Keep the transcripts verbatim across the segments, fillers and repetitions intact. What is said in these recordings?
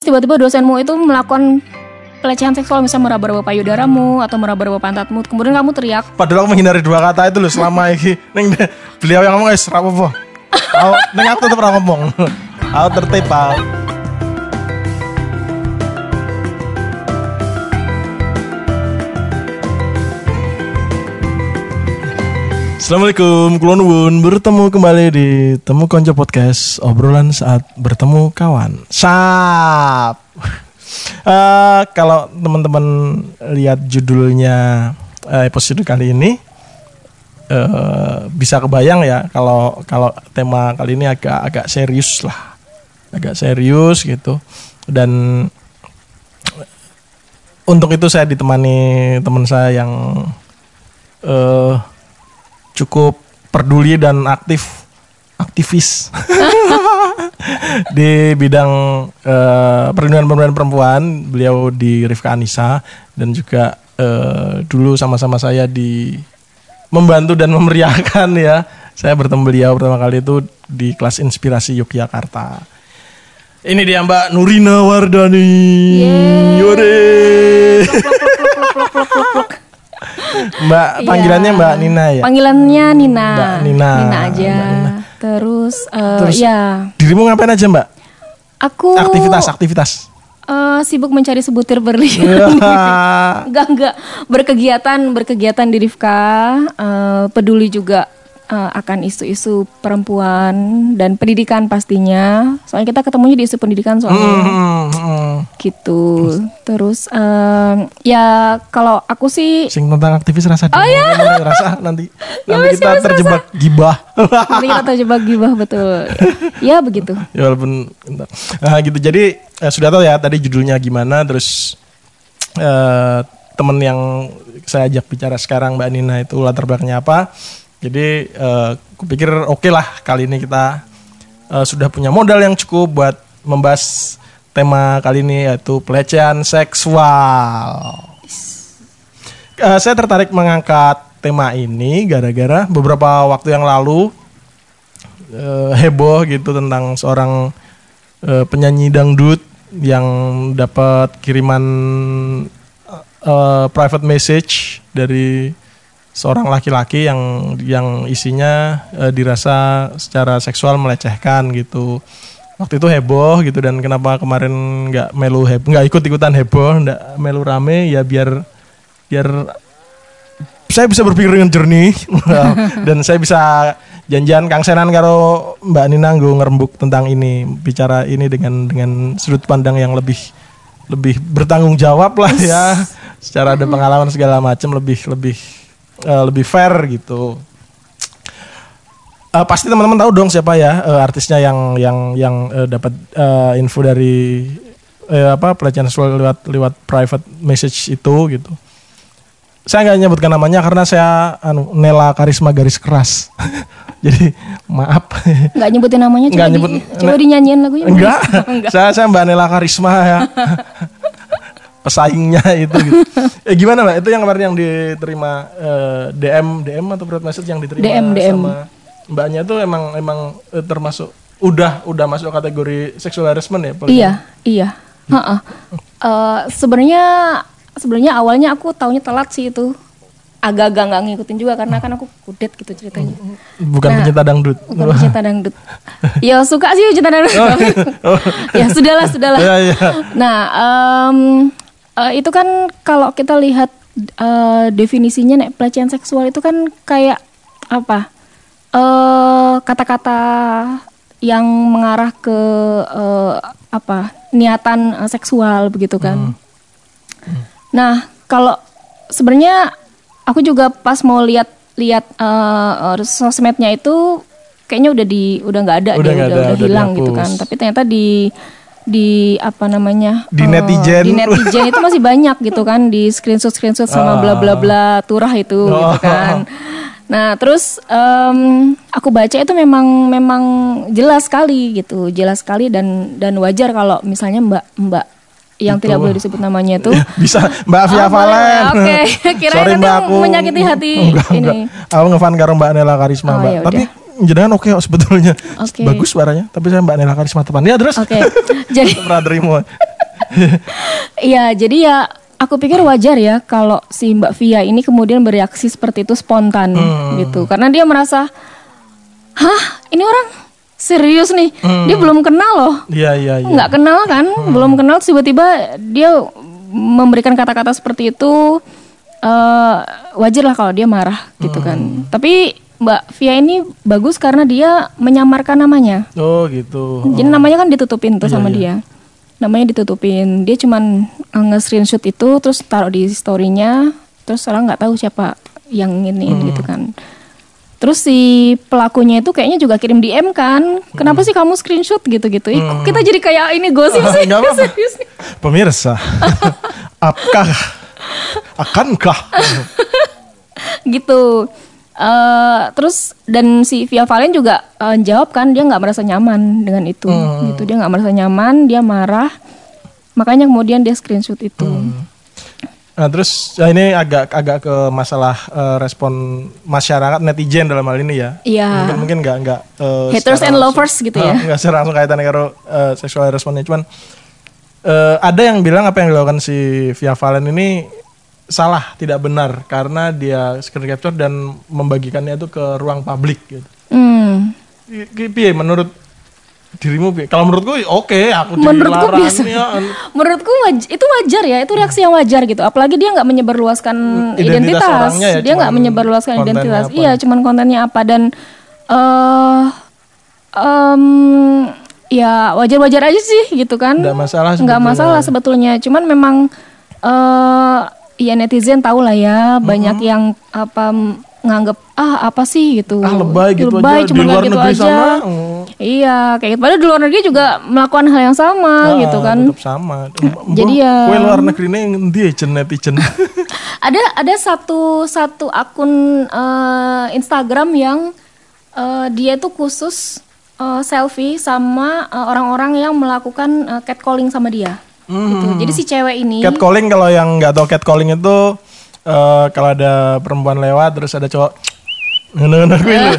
tiba-tiba dosenmu itu melakukan pelecehan seksual, misalnya meraba-raba payudaramu atau meraba-raba pantatmu, kemudian kamu teriak. Padahal aku menghindari dua kata itu loh selama ini. Neng beliau yang ngomong guys, rapopo. Aku neng aku tetap pernah ngomong. Aku tertib Pak. Assalamualaikum, kulon wun, bertemu kembali di Temu Konco Podcast, obrolan saat bertemu kawan. Sap. Uh, kalau teman-teman lihat judulnya uh, episode kali ini, uh, bisa kebayang ya kalau kalau tema kali ini agak agak serius lah, agak serius gitu. Dan untuk itu saya ditemani teman saya yang uh, cukup peduli dan aktif, aktivis di bidang uh, perlindungan perempuan. Beliau di Rifka Anissa dan juga uh, dulu sama-sama saya di membantu dan memeriahkan ya. Saya bertemu beliau pertama kali itu di kelas Inspirasi Yogyakarta. Ini dia Mbak Nurina Wardani. Yore. Mbak, panggilannya Mbak Nina ya? Panggilannya Nina. Mbak Nina. Nina aja. Nina. Terus, uh, Terus ya. Dirimu ngapain aja Mbak? Aku aktivitas aktivitas. Uh, sibuk mencari sebutir berlian. enggak enggak berkegiatan berkegiatan di Rifka. Uh, peduli juga uh, akan isu-isu perempuan dan pendidikan pastinya. Soalnya kita ketemunya di isu pendidikan soalnya. Hmm, hmm. Gitu. Terus um, ya kalau aku sih sing tentang aktivis rasa oh, ya? rasa nanti ya, nanti kita mas, terjebak rasa. gibah. Nanti kita terjebak gibah betul. Ya begitu. Ya walaupun nah, gitu. Jadi eh, sudah tahu ya tadi judulnya gimana. Terus eh, teman yang saya ajak bicara sekarang Mbak Nina itu latar belakangnya apa. Jadi eh, kupikir oke okay lah kali ini kita eh, sudah punya modal yang cukup buat membahas tema kali ini, yaitu pelecehan seksual. Uh, saya tertarik mengangkat tema ini gara-gara beberapa waktu yang lalu uh, heboh gitu tentang seorang uh, penyanyi dangdut yang dapat kiriman uh, private message dari seorang laki-laki yang yang isinya uh, dirasa secara seksual melecehkan gitu. Waktu itu heboh gitu, dan kenapa kemarin nggak melu heboh, nggak ikut-ikutan heboh, nggak melu rame ya biar biar saya bisa berpikir dengan jernih dan saya bisa janjian Kang Senan karo Mbak Nina nggo ngerembuk tentang ini, bicara ini dengan dengan sudut pandang yang lebih lebih bertanggung jawab lah ya, secara ada pengalaman segala macam, lebih lebih uh, lebih fair gitu. Uh, pasti teman-teman tahu dong siapa ya uh, artisnya yang yang yang uh, dapat uh, info dari uh, apa pelecehan seksual lewat lewat private message itu gitu. Saya nggak nyebutkan namanya karena saya anu Nela Karisma garis keras. Jadi maaf. Nggak nyebutin namanya. Coba, nyebut, di, coba dinyanyiin lagunya. Enggak. enggak. Saya saya Mbak Nela Karisma ya. Pesaingnya itu gitu. Eh gimana Mbak? Itu yang kemarin yang diterima uh, D M D M atau private message yang diterima D M, D M. sama Mbaknya tuh emang emang eh, termasuk udah udah masuk kategori sexual harassment ya? Paling iya, iya. Heeh. Uh, sebenarnya sebenarnya awalnya aku taunya telat sih itu. Agak-agak nggak ngikutin juga karena kan aku kudet gitu ceritanya. Bukan nah, pencinta dangdut. Bukan pencinta dangdut. Ya suka sih pencinta dangdut. Oh, oh. Ya sudahlah, sudahlah. Ya, ya. Nah, um, uh, itu kan kalau kita lihat uh, definisinya nek pelecehan seksual itu kan kayak apa? Uh, kata-kata yang mengarah ke uh, apa niatan uh, seksual begitu kan. Hmm. Hmm. Nah kalau sebenarnya aku juga pas mau lihat-lihat uh, uh, sosmednya itu kayaknya udah di udah nggak ada, udah, deh, udah, ada, udah, udah hilang gitu kan. Tapi ternyata di di apa namanya di uh, netizen di netizen itu masih banyak gitu kan, di screenshot screenshot sama bla bla bla turah itu oh. gitu kan. Nah terus um, aku baca itu memang memang jelas sekali gitu, jelas sekali dan dan wajar kalau misalnya mbak mbak yang itu. Tidak boleh disebut namanya itu bisa Mbak Via oh, Valen. Oke, okay. Kirain nanti aku menyakiti hati enggak, ini. Enggak. Aku ngefan karo Mbak Nela Karisma oh, Mbak. Ya tapi jenengan oke okay, sebetulnya okay. Bagus suaranya. Tapi saya Mbak Nela Karisma teman. Ya terus. Oke. Okay. Jadi pernah terima. Iya, jadi ya aku pikir wajar ya kalau si Mbak Via ini kemudian bereaksi seperti itu spontan hmm. gitu. Karena dia merasa, hah ini orang serius nih, hmm. dia belum kenal loh. Iya, iya, iya. Nggak kenal kan, hmm. belum kenal tiba-tiba dia memberikan kata-kata seperti itu, uh, wajar lah kalau dia marah gitu hmm. kan. Tapi Mbak Via ini bagus karena dia menyamarkan namanya. Oh gitu. Jadi namanya kan ditutupin tuh iya, sama iya. dia. Namanya ditutupin. Dia cuman nge-screenshot itu terus taruh di story-nya. Terus orang nggak tahu siapa yang ini hmm. gitu kan. Terus si pelakunya itu kayaknya juga kirim D M kan. Kenapa hmm. sih kamu screenshot gitu-gitu? Ih, hmm. kita jadi kayak ini gosip sih. Serius nih. Pemirsa, apakah akankah gitu. Uh, terus dan si Via Valen juga uh, jawab kan dia nggak merasa nyaman dengan itu, hmm. gitu dia nggak merasa nyaman, dia marah, makanya kemudian dia screenshot itu. Hmm. Nah terus ya ini agak agak ke masalah uh, respon masyarakat netizen dalam hal ini ya. Iya. Mungkin mungkin nggak nggak uh, haters and lovers gitu ya. Nggak uh, secara langsung kaitannya karo uh, seksual responnya, cuman uh, ada yang bilang apa yang dilakukan si Via Valen ini salah, tidak benar karena dia screen capture dan membagikannya itu ke ruang publik gitu. Hmm. Piye menurut dirimu? Piye? Kalau menurutku oke, okay, aku dilarang. Biasa. Ya. Menurutku waj- itu wajar ya, itu reaksi yang wajar gitu. Apalagi dia nggak menyebarluaskan identitas, identitas. Ya, dia nggak menyebarluaskan identitas. Apa? Iya, cuman kontennya apa dan uh, um, ya wajar-wajar aja sih gitu kan. Nggak masalah. Nggak masalah sebetulnya. Cuman memang uh, ya netizen tahu lah ya, banyak mm-hmm. yang apa nganggep ah apa sih gitu. Ah lebay gitu lebay, aja, cuma di luar gitu negeri aja. Sama. Mm. Iya, kayak gitu. Padahal di luar negeri juga melakukan hal yang sama nah, gitu kan. Tetap sama. Jadi ya. Kue luar negeri ini ngendi netizen. ada ada satu satu akun uh, Instagram yang uh, dia tuh khusus uh, selfie sama uh, orang-orang yang melakukan uh, catcalling sama dia. Hmm. Gitu. Jadi si cewek ini catcalling, kalau yang nggak tahu catcalling itu uh, kalau ada perempuan lewat terus ada cowok ngono-ngono gitu.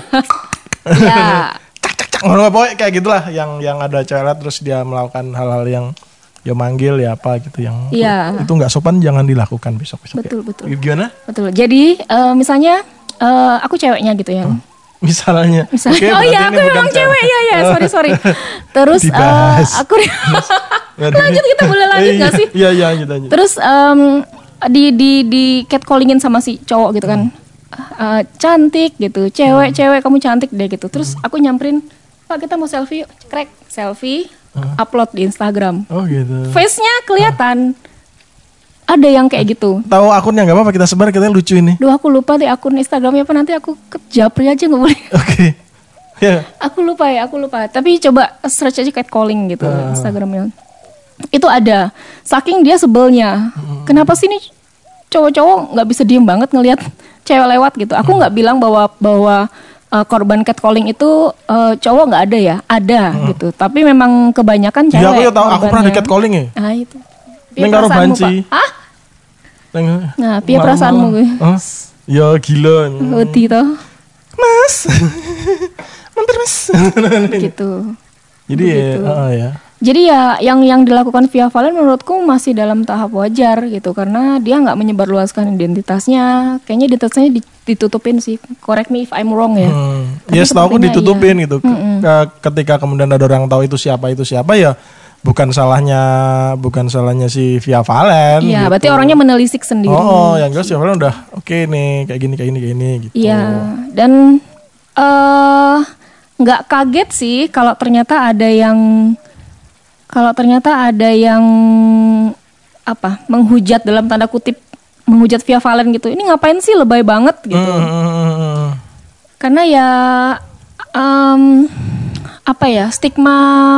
Ya. Cak cak cak ngono pokoknya kayak gitulah, yang yang ada cewek lewat terus dia melakukan hal-hal yang ya manggil ya apa gitu yang ya. Itu nggak sopan, jangan dilakukan besok-besok. Betul ya. Betul. Gimana? Betul. Jadi uh, misalnya uh, aku ceweknya gitu ya. Hmm. Misalnya, misalnya okay, oh iya aku memang cewek ya ya sorry sorry terus uh, aku lanjut kita boleh lanjut nggak sih? Iya iya lanjut lanjut. Terus um, di di di catcallingin sama si cowok gitu kan, uh, cantik gitu, cewek hmm. cewek kamu cantik deh gitu. Terus hmm. aku nyamperin, Pak kita mau selfie, crack selfie, hmm. upload di Instagram. Oh gitu. Face-nya kelihatan. Hmm. Ada yang kayak gitu. Tahu akunnya nggak apa-apa kita sebar, kita lucu ini. Duh aku lupa deh akun Instagramnya apa, nanti aku kejapri aja nggak boleh. Oke. Okay. Yeah. Aku lupa ya, aku lupa. Tapi coba search aja catcalling gitu uh. Instagramnya. Itu ada. Saking dia sebelnya. Hmm. Kenapa sih nih cowok-cowok nggak bisa diem banget ngelihat cewek lewat gitu? Aku nggak hmm. bilang bahwa bahwa uh, korban catcalling itu uh, cowok nggak ada ya, ada hmm. gitu. Tapi memang kebanyakan cewek. Ya aku tahu, aku pernah di catcalling ya. Ah itu. Neng karo banci. Hah? Nah, piye perasaanmu gue? Oh, ya gila. Wedi toh. Mas. Mantar Mas. Gitu. Jadi ya, uh, ya. Jadi ya yang yang dilakukan Via Valen menurutku masih dalam tahap wajar gitu, karena dia nggak menyebarluaskan identitasnya. Kayaknya identitasnya ditutupin sih. Correct me if I'm wrong ya. Hmm. Ya setahu aku ditutupin iya. gitu. Hmm-hmm. Ketika kemudian ada orang tahu itu siapa itu siapa ya. Bukan salahnya, bukan salahnya si Via Valen. Iya, gitu. Berarti orangnya menelisik sendiri. Oh, yang jelas Via Valen udah oke okay nih, kayak gini, kayak gini, kayak gini gitu. Iya, dan nggak uh, kaget sih kalau ternyata ada yang, kalau ternyata ada yang apa, menghujat dalam tanda kutip, menghujat Via Valen gitu. Ini ngapain sih lebay banget gitu? Hmm. Karena ya um, apa ya, stigma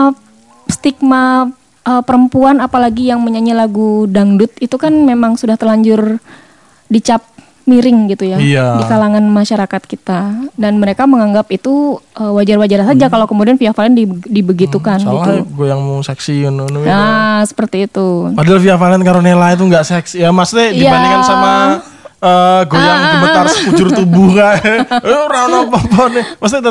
stigma uh, perempuan apalagi yang menyanyi lagu dangdut itu kan memang sudah terlanjur dicap miring gitu ya, iya. di kalangan masyarakat kita, dan mereka menganggap itu uh, wajar-wajar saja hmm. kalau kemudian Via Valen di, dibegitukan hmm, gitu. Gue yang mau seksi you know, nah gitu. Seperti itu. Padahal Via Valen Caronella itu nggak seksi ya, maksudnya dibandingkan ya. sama uh, goyang ah, gemetar ah, sekujur tubuh kan, eh rano apa nih, maksudnya tetap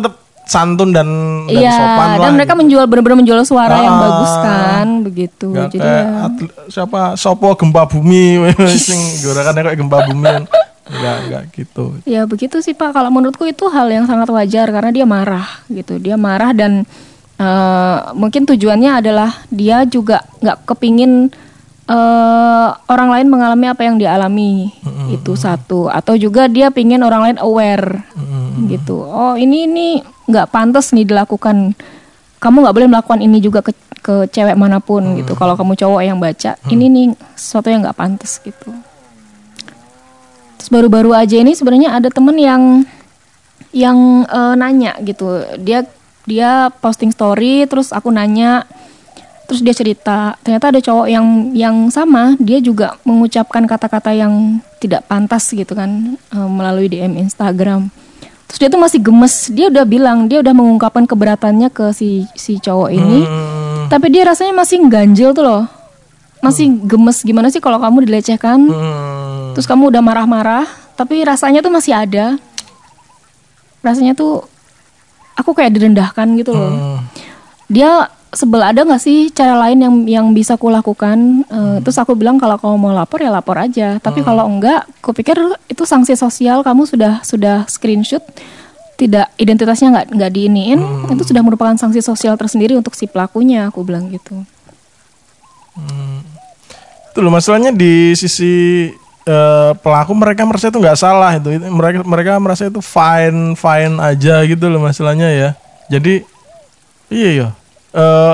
santun dan, dan iya, sopan lah. Dan mereka gitu. menjual benar-benar menjual suara ah, yang bagus kan, begitu. Jadi ya. atlet, siapa Sopo gempa bumi, sing gerakannya kayak gempa bumi kan. Enggak, enggak gitu. Ya begitu sih Pak. Kalau menurutku itu hal yang sangat wajar karena dia marah gitu. Dia marah dan uh, mungkin tujuannya adalah dia juga nggak kepingin uh, orang lain mengalami apa yang dia alami. Mm-hmm. Itu satu. Atau juga dia pingin orang lain aware mm-hmm. gitu. Oh ini ini nggak pantas nih dilakukan. Kamu nggak boleh melakukan ini juga ke, ke cewek manapun mm-hmm. gitu. Kalau kamu cowok yang baca, mm-hmm. ini nih sesuatu yang nggak pantas gitu. Terus baru-baru aja ini sebenarnya ada temen yang yang uh, nanya gitu. Dia dia posting story, terus aku nanya, terus dia cerita. Ternyata ada cowok yang yang sama, dia juga mengucapkan kata-kata yang tidak pantas gitu kan uh, melalui D M Instagram. Terus dia tuh masih gemes. Dia udah bilang, dia udah mengungkapkan keberatannya ke si si cowok ini. Hmm. Tapi dia rasanya masih ganjil tuh loh. Masih gemes, gimana sih kalau kamu dilecehkan? Hmm. Terus kamu udah marah-marah, tapi rasanya tuh masih ada. Rasanya tuh aku kayak direndahkan gitu loh. Hmm. Dia sebel, ada nggak sih cara lain yang yang bisa aku lakukan? Uh, hmm. Terus aku bilang kalau kamu mau lapor ya lapor aja. Tapi hmm. kalau enggak, aku pikir itu sanksi sosial. Kamu sudah sudah screenshot, tidak identitasnya nggak nggak diiniin, hmm. itu sudah merupakan sanksi sosial tersendiri untuk si pelakunya. Aku bilang gitu. Hmm. Itu loh masalahnya di sisi uh, pelaku, mereka merasa itu nggak salah itu. Mereka mereka merasa itu fine fine aja gitu loh masalahnya ya. Jadi iya ya. Uh,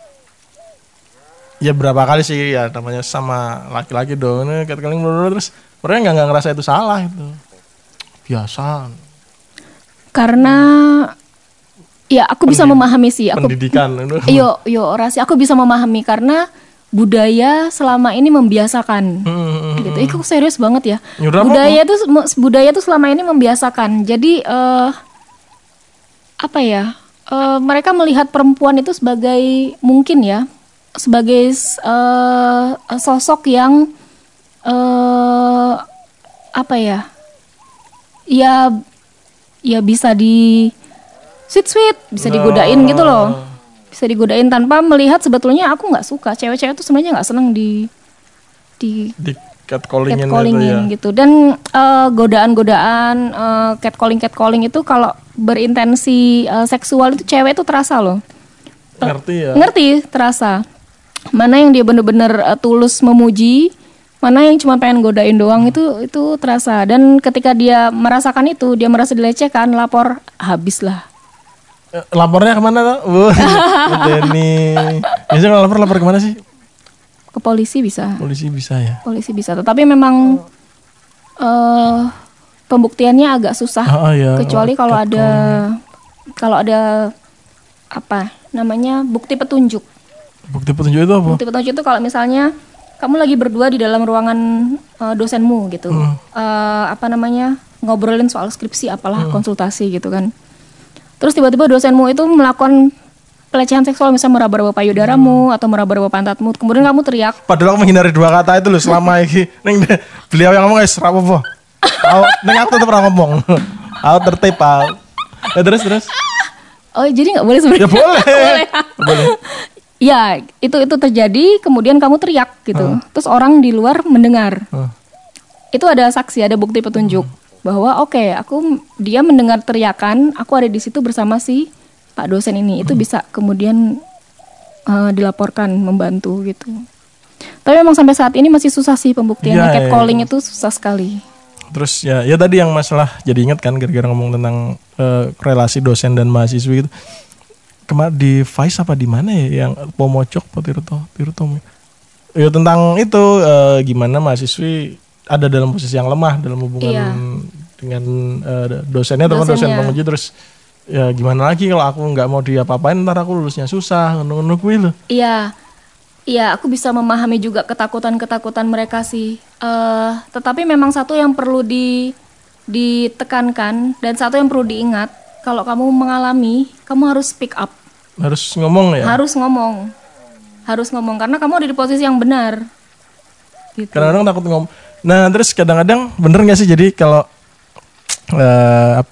ya berapa kali sih ya namanya sama laki-laki dong. Ini kali terus mereka nggak nggak ngerasa itu salah itu. Biasa. Karena ya aku bisa Pendid- memahami sih. Aku, pendidikan. Yo yo orasi. Aku bisa memahami karena budaya selama ini membiasakan, hmm, gitu. Itu serius banget ya. Yaudah, budaya itu budaya itu selama ini membiasakan. Jadi uh, apa ya? Uh, mereka melihat perempuan itu sebagai mungkin ya, sebagai uh, sosok yang uh, apa ya? Ya, ya bisa di sweet sweet, bisa digodain no. gitu loh. Bisa digodain tanpa melihat sebetulnya aku nggak suka, cewek-cewek tuh sebenarnya nggak seneng di di, di catcallingin, catcallingin ya. Gitu. Dan uh, godaan-godaan, uh, catcalling catcalling itu kalau berintensi uh, seksual itu cewek itu terasa loh. Ngerti ya? Ngerti, terasa. Mana yang dia bener-bener uh, tulus memuji, mana yang cuma pengen godain doang, hmm. itu itu terasa. Dan ketika dia merasakan itu, dia merasa dilecehkan, lapor, habis lah. Lapornya kemana tuh? Wah, Denny. Biasanya kalau lapor lapor kemana sih? Ke polisi bisa. Polisi bisa ya. Polisi bisa. Tetapi memang uh, pembuktiannya agak susah. Oh, iya. Kecuali oh, kalau ada kalau ada apa namanya bukti petunjuk. Bukti petunjuk itu apa? Bukti petunjuk itu kalau misalnya kamu lagi berdua di dalam ruangan uh, dosenmu gitu, hmm. uh, apa namanya ngobrolin soal skripsi apalah hmm. konsultasi gitu kan. Terus tiba-tiba dosenmu itu melakukan pelecehan seksual, misalnya meraba-raba payudaramu hmm. atau meraba-raba pantatmu, kemudian kamu teriak. Padahal aku menghindari dua kata itu loh selama ini. Neng beliau yang ngomong guys, rapopo. Neng aku tetap ngomong. Aku tertib pak. Ya, terus terus. Oh jadi nggak boleh sebenarnya? Ya boleh. boleh. boleh. Ya itu itu terjadi, kemudian kamu teriak gitu. Hmm. Terus orang di luar mendengar. Hmm. Itu ada saksi, ada bukti petunjuk. Hmm. Bahwa oke, okay, aku dia mendengar teriakan, aku ada di situ bersama si Pak dosen ini, itu hmm. bisa kemudian uh, dilaporkan, membantu gitu. Tapi memang sampai saat ini masih susah sih pembuktiannya, ya, catcalling ya, ya. Itu susah sekali. Terus ya, ya tadi yang masalah jadi ingat kan, gara-gara ngomong tentang uh, relasi dosen dan mahasiswi gitu. Kemarin di Vice apa di mana ya yang Pomocok, Potirto, Tirto. Ya tentang itu uh, gimana mahasiswi ada dalam posisi yang lemah dalam hubungan iya. dengan uh, dosennya atau dosen penguji, terus ya gimana lagi kalau aku nggak mau diapa-apain ntar aku lulusnya susah ngono-ngono kuwi lho. Iya. Iya, aku bisa memahami juga ketakutan-ketakutan mereka sih. Uh, tetapi memang satu yang perlu di ditekankan dan satu yang perlu diingat, kalau kamu mengalami, kamu harus speak up. Harus ngomong ya? Harus ngomong. Harus ngomong karena kamu ada di posisi yang benar. Gitu. Kadang-kadang takut ngomong. Nah terus kadang-kadang bener nggak sih jadi kalau uh, apa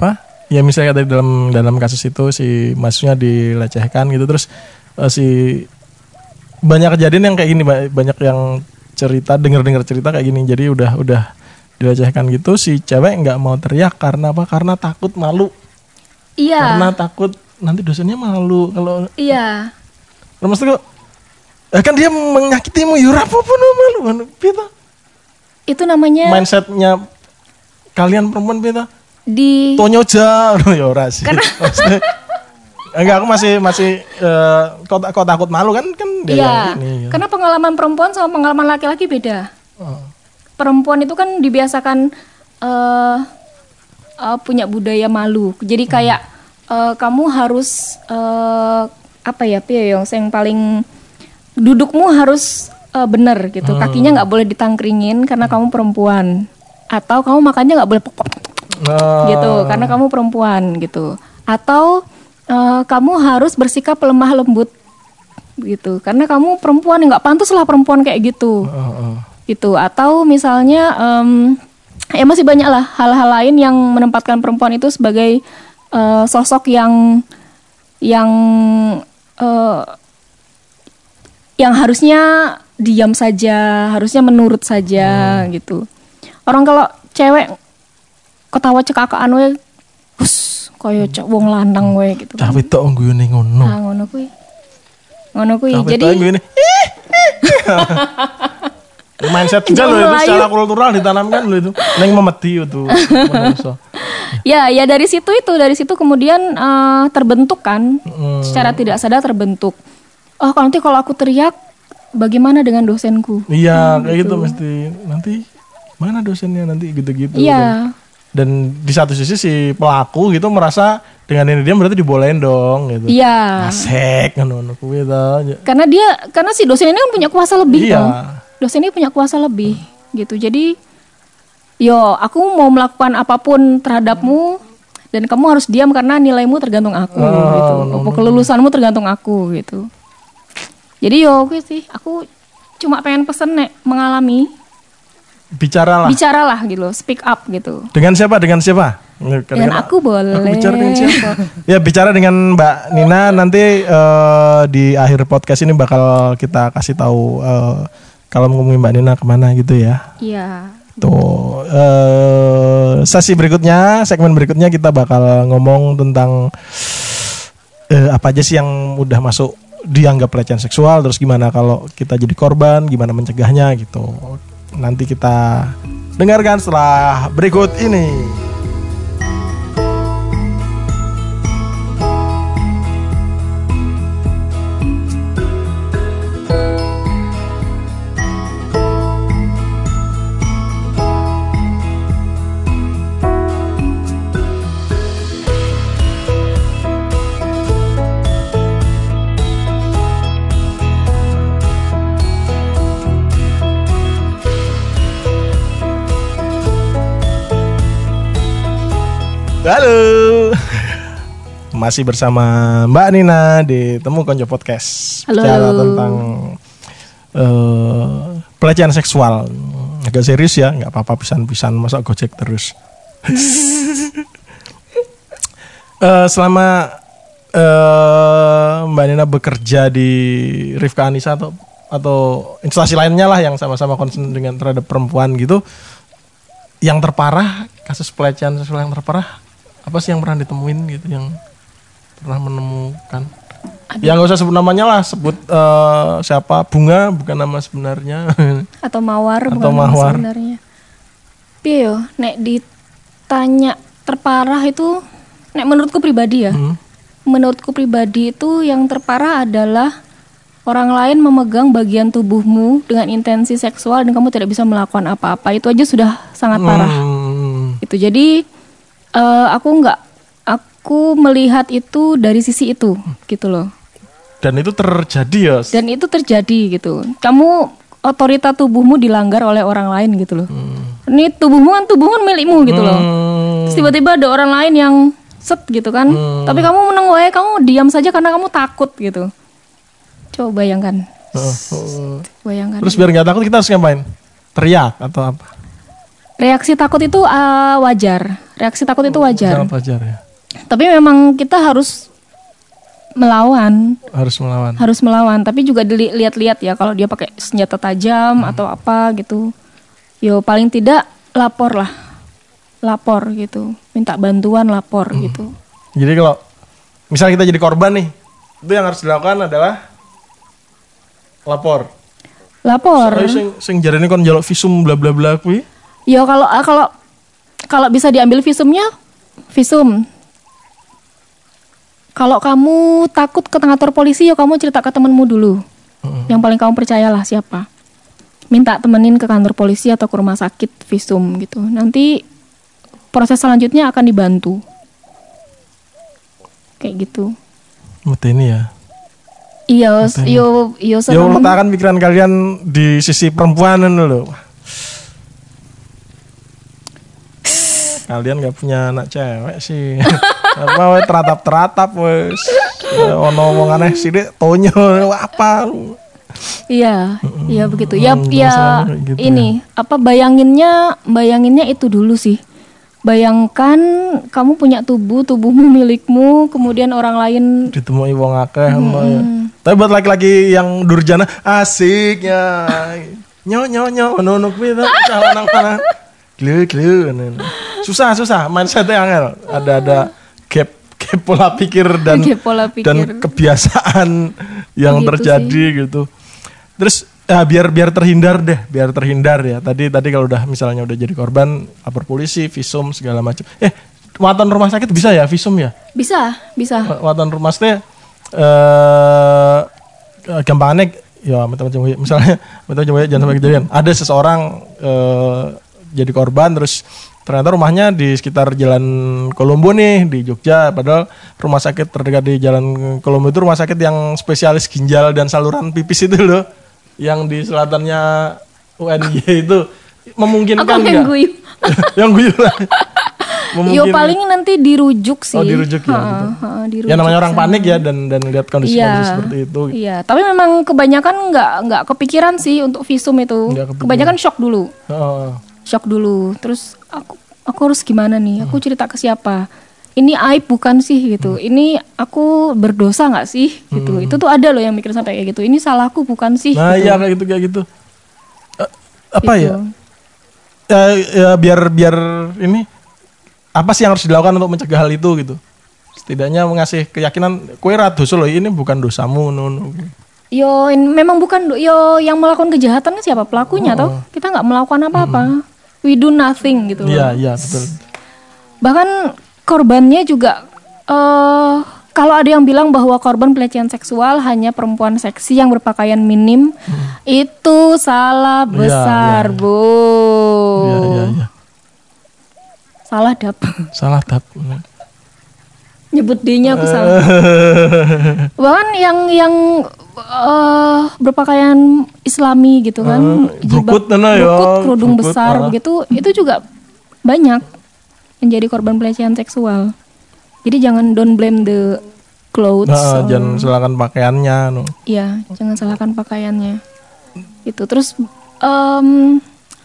ya misalnya tadi dalam dalam kasus itu si mahasiswanya dilecehkan gitu, terus uh, si banyak kejadian yang kayak gini, banyak yang cerita dengar-dengar cerita kayak gini. Jadi udah udah dilecehkan gitu, si cewek nggak mau teriak karena apa? Karena takut malu. Iya. Karena takut nanti dosennya malu kalau. Iya. Terus tuh eh, kan dia menyakitimu, yura apa pun malu, beta. Itu namanya mindsetnya kalian perempuan beta. Di Tonyoja, ya ora sih. Enggak, aku masih masih uh, kok, kok takut malu kan kan dia iya, yang ini. Ya. Karena pengalaman perempuan sama pengalaman laki-laki beda. Oh. Perempuan itu kan dibiasakan uh, uh, punya budaya malu. Jadi kayak hmm. uh, kamu harus uh, apa ya, Piyoyong, yang paling dudukmu harus uh, benar gitu. Hmm. Kakinya nggak boleh ditangkringin karena hmm. kamu perempuan. Atau kamu makannya nggak boleh pok-pok. Uh. gitu karena kamu perempuan gitu, atau uh, kamu harus bersikap lemah lembut gitu karena kamu perempuan, nggak pantas lah perempuan kayak gitu. uh, uh. gitu atau misalnya um, ya masih banyak lah hal-hal lain yang menempatkan perempuan itu sebagai uh, sosok yang yang uh, yang harusnya diam saja, harusnya menurut saja. hmm. gitu. Orang kalau cewek ketawa cekakaan we, hus, koyo cek wong lanang we gitu. Cah wedok ngguyune ngono. Ah ngono kuwi. Ngono kuwi. Jadi ngguyune. Mindset juga loh itu secara kultural ditanamkan loh itu. Neng memedi itu. ya, ya dari situ itu, dari situ kemudian uh, terbentuk kan, hmm. secara tidak sadar terbentuk. Oh, kalau nanti kalau aku teriak bagaimana dengan dosenku? Iya, hmm, kayak gitu. gitu mesti. Nanti mana dosennya nanti gitu-gitu. Iya. Kan. Dan di satu sisi si pelaku gitu merasa dengan ini dia berarti dibolehin dong gitu. Iya. Asik ngono kuwi to. Karena dia karena si dosen ini kan punya kuasa lebih iya. dong. Dosen ini punya kuasa lebih hmm. gitu. Jadi yo aku mau melakukan apapun terhadapmu dan kamu harus diam karena nilaimu tergantung aku oh, gitu. No, no, kelulusanmu tergantung aku gitu. Jadi yo aku sih aku cuma pengen pesen nek mengalami bicaralah bicaralah gitu loh, speak up gitu. Dengan siapa? Dengan siapa? Dengan, dengan aku boleh. Aku bicara dengan siapa? Ya bicara dengan Mbak Nina. Nanti uh, di akhir podcast ini bakal kita kasih tahu uh, kalau ngomongin Mbak Nina kemana gitu ya. Iya. Tuh uh, sesi berikutnya, segmen berikutnya kita bakal ngomong tentang uh, apa aja sih yang udah masuk dianggap pelecehan seksual, terus gimana kalau kita jadi korban, gimana mencegahnya gitu. Nanti kita dengarkan setelah berikut ini. Halo, masih bersama Mbak Nina di Temu Konco Podcast. Halo. Bicara tentang uh, pelecehan seksual. Agak serius ya, nggak apa-apa pisan-pisan masa gojek terus. uh, selama uh, Mbak Nina bekerja di Rifka Anissa atau atau instansi lainnya lah yang sama-sama concern dengan terhadap perempuan gitu, yang terparah, kasus pelecehan seksual yang terparah apa sih yang pernah ditemuin gitu, yang pernah menemukan? Aduh. Ya nggak usah sebut namanya lah, sebut uh, siapa, Bunga bukan nama sebenarnya. Atau Mawar Atau bukan Mawar. nama sebenarnya. Piyo, nek ditanya terparah itu, nek menurutku pribadi ya, hmm. menurutku pribadi itu yang terparah adalah orang lain memegang bagian tubuhmu dengan intensi seksual dan kamu tidak bisa melakukan apa-apa. Itu aja sudah sangat parah. Hmm. Itu jadi Uh, aku nggak, aku melihat itu dari sisi itu, gitu loh. Dan itu terjadi ya? Dan itu terjadi gitu. Kamu otorita tubuhmu dilanggar oleh orang lain gitu loh. Hmm. Ini tubuhmu kan tubuhmu kan milikmu gitu loh. Hmm. Terus tiba-tiba ada orang lain yang set gitu kan. Hmm. Tapi kamu meneng wae, kamu diam saja karena kamu takut gitu. Coba bayangkan. Oh, oh. Bayangkan. Terus biar nggak takut kita harus ngapain? Teriak atau apa? Reaksi takut itu uh, wajar. Reaksi takut itu wajar. Sangat wajar ya. Tapi memang kita harus melawan. Harus melawan. Harus melawan. Tapi juga dilihat-lihat ya kalau dia pakai senjata tajam hmm. atau apa gitu. Yo paling tidak lapor lah. Lapor gitu. Minta bantuan lapor hmm. gitu. Jadi kalau misalnya kita jadi korban nih, itu yang harus dilakukan adalah lapor. Lapor. Soalnya sing sing jarene kon njaluk visum bla bla bla kuwi. Yo kalau kalau kalau bisa diambil visumnya, visum. Kalau kamu takut ke kantor polisi, ya kamu cerita ke temenmu dulu. Hmm. Yang paling kamu percayalah siapa. Minta temenin ke kantor polisi atau ke rumah sakit visum gitu. Nanti proses selanjutnya akan dibantu. Kayak gitu. Mute ini ya. Iya, yo yo Ya letakkan pikiran kalian di sisi perempuan dulu. Kalian gak punya anak cewek sih. Apa we teratap-teratap wes. Ono omong aneh sithik tonyo apa. Iya, mm-hmm. iya begitu. Ya, mm, ya gitu ini ya. apa bayanginnya, bayanginnya itu dulu sih. Bayangkan kamu punya tubuh, tubuhmu milikmu, kemudian orang lain ditemui wong akeh. Hmm. Tapi buat laki-laki yang durjana asik ya. Nyo nyo nyo ono kuwi ta salah nang mana. Glu-glu. Susah susah mindsetnya angel. Ada ada gap gap pola pikir dan pola pikir. dan kebiasaan yang begitu terjadi sih. Gitu. Terus ya biar biar terhindar deh, biar terhindar ya. Tadi tadi kalau udah misalnya udah jadi korban, lapor polisi, visum segala macam. Eh, watan rumah sakit bisa ya visum ya? Bisa, bisa. Watan rumah sakit eh gampangannya ya macam-macam misalnya macam-macam jangan sampai kejadian. Ada seseorang eh, jadi korban terus ternyata rumahnya di sekitar Jalan Kolombo nih di Jogja, padahal rumah sakit terdekat di Jalan Kolombo itu rumah sakit yang spesialis ginjal dan saluran pipis itu loh, yang di selatannya U N Y itu memungkinkan nggak? Yang guyu. Yang guyu lah. Yo paling nanti dirujuk sih. Oh dirujuk ya. Ha, gitu. ha, dirujuk ya namanya orang sama. panik ya dan dan lihat kondisi, iya, kondisi seperti itu. Iya, tapi memang kebanyakan nggak nggak kepikiran sih untuk visum itu. Kebanyakan shock dulu. Oh. Shock dulu. Terus aku aku harus gimana nih? Aku cerita ke siapa? Ini aib bukan sih gitu. Hmm. Ini aku berdosa nggak sih gitu. Hmm. Itu tuh ada loh yang mikir sampai kayak gitu. Ini salahku bukan sih? Nah gitu. iya kayak gitu kayak gitu. Uh, apa gitu. ya? Ya, ya biar biar ini apa sih yang harus dilakukan untuk mencegah hal itu gitu? Setidaknya mengasih keyakinan kue ra dosa loh, ini bukan dosamu no, no. Yo in, memang bukan yo yang melakukan kejahatan siapa pelakunya oh. toh? Kita nggak melakukan apa-apa. Hmm. We do nothing gitu. Iya iya betul. Bahkan korbannya juga uh, kalau ada yang bilang bahwa korban pelecehan seksual hanya perempuan seksi yang berpakaian minim, hmm. itu salah besar, ya, ya, ya. Bu. Iya iya iya. Salah dap. Salah dap. Nyebut D-nya aku salah. Bahkan yang yang uh, berpakaian Islami gitu kan, uh, jilbab, berukut, kerudung berukut, besar uh. begitu, itu juga banyak menjadi korban pelecehan seksual. Jadi jangan don't blame the clothes. Nah, uh, jangan salahkan pakaiannya. No. Iya, jangan salahkan pakaiannya. Itu terus, um,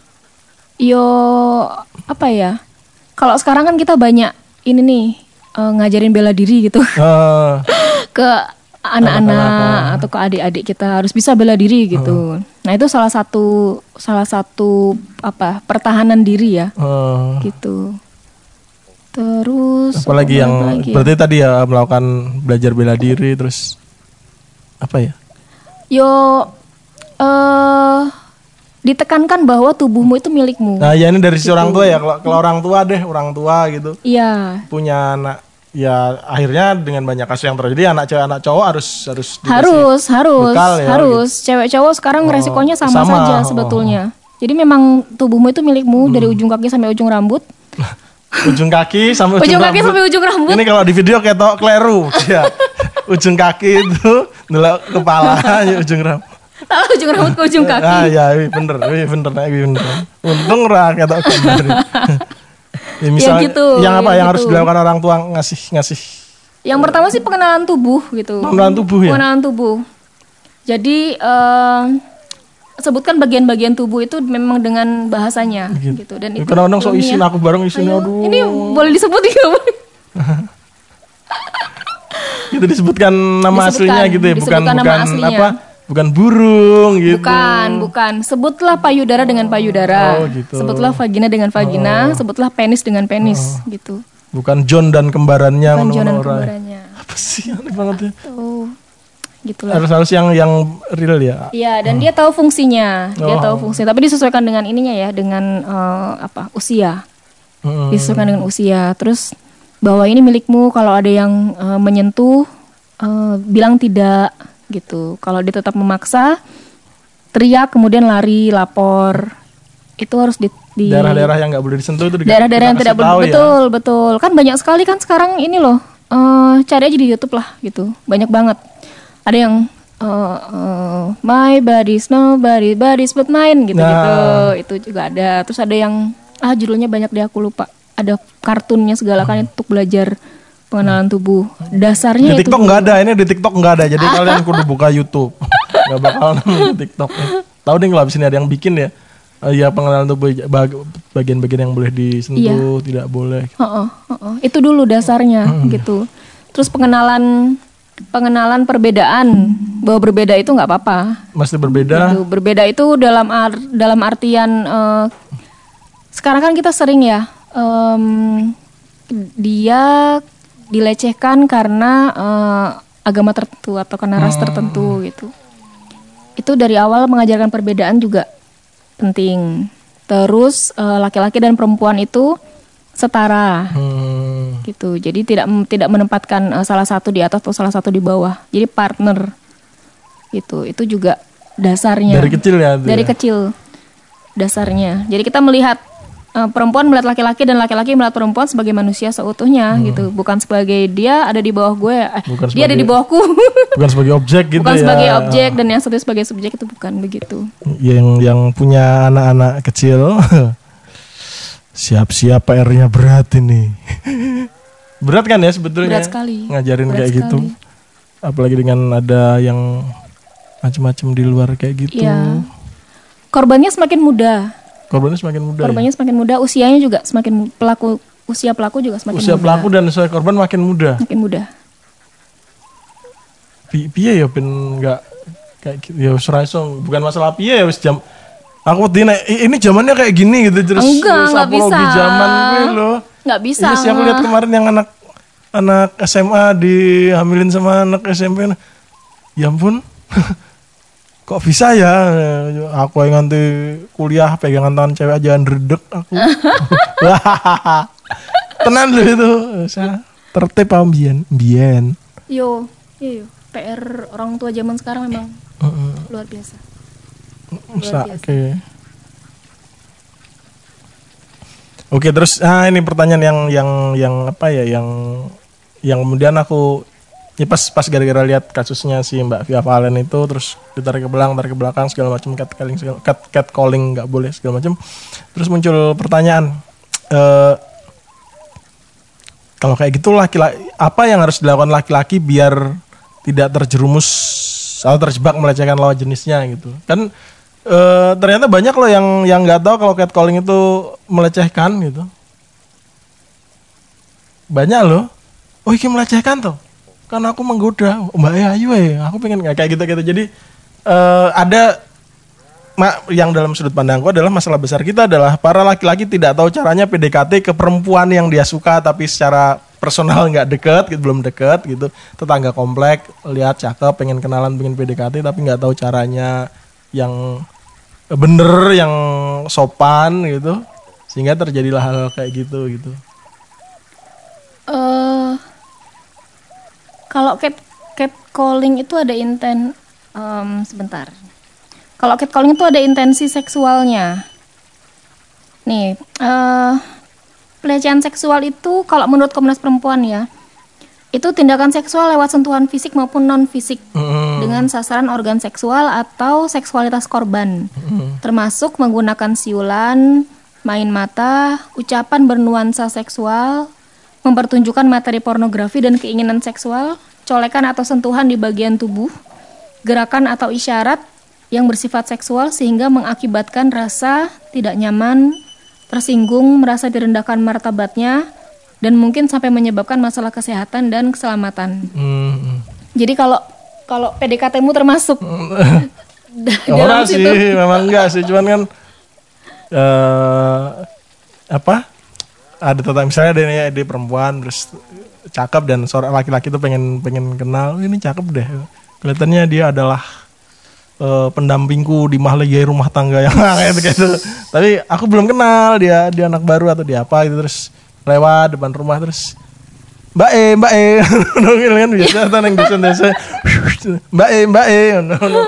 yo apa ya? Kalau sekarang kan kita banyak ini nih uh, ngajarin bela diri gitu uh, ke anak-anak atau ke adik-adik kita harus bisa bela diri gitu. Uh. Nah itu salah satu salah satu apa pertahanan diri ya, uh. gitu. Terus apalagi yang lagi berarti ya? Tadi ya melakukan belajar bela diri terus apa ya? Yo. Uh, ditekankan bahwa tubuhmu itu milikmu. Nah ya ini dari sisi gitu. Orang tua ya, kalau, kalau orang tua deh, orang tua gitu. Iya. Punya anak, ya akhirnya dengan banyak kasus yang terjadi anak cewek anak cowok harus harus harus harus bekal, ya, harus gitu. Cewek cowok sekarang oh, resikonya sama, sama saja sebetulnya. Oh. Jadi memang tubuhmu itu milikmu hmm. dari ujung kaki sampai ujung rambut. Ujung kaki sampai ujung, ujung rambut. kaki sampai ujung rambut. Ini kalau di video kayak tok kleru, ya. Ujung kaki itu ndelok kepala ya ujung rambut. Tahu ujung rambut ke ujung kaki. Ah ya, bener, bener, bener. Untung ra ketok gambar. Ya, misal, ya gitu. Yang apa ya yang gitu. Harus dilakukan orang tua ngasih ngasih. Yang uh, pertama sih pengenalan tubuh gitu. Pengenalan tubuh ya. Pengenalan tubuh. Jadi uh, sebutkan bagian-bagian tubuh itu memang dengan bahasanya gitu, gitu. Dan itu kadang-kadang sok isin aku bareng isin aduh. Ini boleh disebut ya? Itu disebutkan nama Disebutkan, aslinya gitu ya, bukan disebutkan nama bukan aslinya. apa? Bukan burung gitu. Bukan, bukan. Sebutlah payudara dengan payudara. Oh, gitu. Sebutlah vagina dengan vagina, sebutlah penis dengan penis gitu. Bukan John dan kembarannya. Bukan John dan orang-orang. kembarannya. Apa sih aneh banget ya? Tuh. Gitu lah. Harus harus yang yang real ya. Iya, dan dia tahu fungsinya. Dia Oh. tahu fungsinya, tapi disesuaikan dengan ininya ya, dengan eh, apa? Usia. Hmm. Disesuaikan dengan usia. Terus bahwa ini milikmu, kalau ada yang eh, menyentuh eh, bilang tidak gitu. Kalau dia tetap memaksa, teriak kemudian lari, lapor. Itu harus di, di Daerah-daerah yang nggak boleh disentuh itu. daerah-daerah yang tidak boleh. ya. Betul, betul. Kan banyak sekali kan sekarang ini loh. eh, cari aja di YouTube lah gitu. Banyak banget. Ada yang uh, uh, my body's nobody body's but mine gitu-gitu. Nah. Itu juga ada. Terus ada yang ah judulnya banyak deh aku lupa. Ada kartunnya segala kan untuk belajar pengenalan tubuh. Dasarnya Di itu TikTok nggak ada, ini di TikTok nggak ada. Jadi kalian kudu buka YouTube. Nggak bakal nemu di TikTok. Tahu deh kalau abis ini ada yang bikin ya. Uh, ya pengenalan tubuh bag- bagian-bagian yang boleh disentuh, tidak boleh. Heeh, heeh. Itu dulu dasarnya gitu. Terus pengenalan pengenalan perbedaan, bahwa berbeda itu nggak apa-apa. Masih berbeda. Gitu. Berbeda itu dalam ar- dalam artian eh, sekarang kan kita sering ya em, dia dilecehkan karena eh, agama tertentu atau karena ras tertentu gitu. Itu dari awal mengajarkan perbedaan juga penting. Terus eh, laki-laki dan perempuan itu setara. Hmm. Gitu. Jadi tidak tidak menempatkan uh, salah satu di atas atau salah satu di bawah. Jadi partner. Gitu. Itu juga dasarnya. Dari kecil ya. itu Dari ya? kecil dasarnya. Jadi kita melihat uh, perempuan melihat laki-laki dan laki-laki melihat perempuan sebagai manusia seutuhnya gitu. Bukan sebagai dia ada di bawah gue, eh, Bukan dia ada di sebagai- bawahku. Bukan sebagai objek gitu Bukan ya. sebagai objek dan yang satu sebagai subjek, itu bukan begitu. Yang yang punya anak-anak kecil. Siap-siap P R-nya berat ini. Berat kan ya sebetulnya. Berat sekali. Ngajarin Berat kayak gitu. sekali. Apalagi dengan ada yang macam-macam di luar kayak gitu. Iya. Korbannya semakin muda. Korbannya semakin muda. Korbannya ya? semakin muda, usianya juga semakin mu- pelaku usia pelaku juga semakin Usia muda. pelaku dan usia korban makin muda. Makin muda. Pi- Piye ya ben enggak kayak gitu. Ya wis ra iso, bukan masalah piye ya wis jam aku wedi nek i- ini zamannya kayak gini gitu terus Enggak, terus enggak apologi bisa. zaman gue loh. Nggak bisa. Iya sih aku lihat kemarin yang anak anak S M A dihamilin sama anak S M P. Ya ampun. Kok bisa ya? Aku yang nanti kuliah pegangan tangan cewek aja ndredeg aku. Tenan loh itu. Saya tertib ambien, ambien. Yo, iya yo. P R orang tua zaman sekarang memang Heeh. luar biasa. Sa- biasa. Oke. Oke, terus ah ini pertanyaan yang yang yang apa ya yang yang kemudian aku ya pas pas gara-gara lihat kasusnya si Mbak Via Valen itu terus ditarik ke belakang, tarik ke belakang segala macam cat calling segala cat, cat calling nggak boleh segala macam. Terus muncul pertanyaan eh kalau kayak gitu laki-laki apa yang harus dilakukan laki-laki biar tidak terjerumus atau terjebak melecehkan lawan jenisnya gitu. Kan Uh, ternyata banyak loh yang yang nggak tahu kalau catcalling itu melecehkan gitu. Banyak loh. Oh ini melecehkan tuh. Kan aku menggoda. Oh, Mbak Ayu ya, aku pengen nggak kayak gitu gitu. Jadi uh, ada mak yang dalam sudut pandangku adalah masalah besar kita adalah para laki-laki tidak tahu caranya P D K T ke perempuan yang dia suka tapi secara personal nggak deket, gitu, belum deket gitu. Tetangga komplek lihat cakep, pengen kenalan, pengen P D K T tapi nggak tahu caranya yang bener, yang sopan gitu, sehingga terjadilah hal kayak gitu gitu. Eh, kalau cat catcalling itu ada inten em, sebentar. Kalau catcalling itu ada intensi seksualnya. Nih, eh pelecehan seksual itu kalau menurut Komnas Perempuan ya, itu tindakan seksual lewat sentuhan fisik maupun non fisik Hmm. dengan sasaran organ seksual atau seksualitas korban, termasuk menggunakan siulan, main mata, ucapan bernuansa seksual, mempertunjukkan materi pornografi dan keinginan seksual, colekan atau sentuhan di bagian tubuh, gerakan atau isyarat yang bersifat seksual sehingga mengakibatkan rasa tidak nyaman, tersinggung, merasa direndahkan martabatnya, dan mungkin sampai menyebabkan masalah kesehatan dan keselamatan. Hmm. Jadi kalau kalau P D K T-mu termasuk dalam situ? Sih, memang enggak sih, cuman kan uh, apa? Ada tentang misalnya ada dia perempuan terus cakep dan seorang laki-laki tuh pengen pengen kenal, ini cakep deh. Kelihatannya dia adalah uh, pendampingku di mahligai rumah tangga yang kayak gitu. Tapi aku belum kenal dia, dia anak baru atau dia apa gitu, terus lewat depan rumah terus Mbak E, Mbak E, nongil kan biasa tanang desa-desa, Mbak E, Mbak E, nongil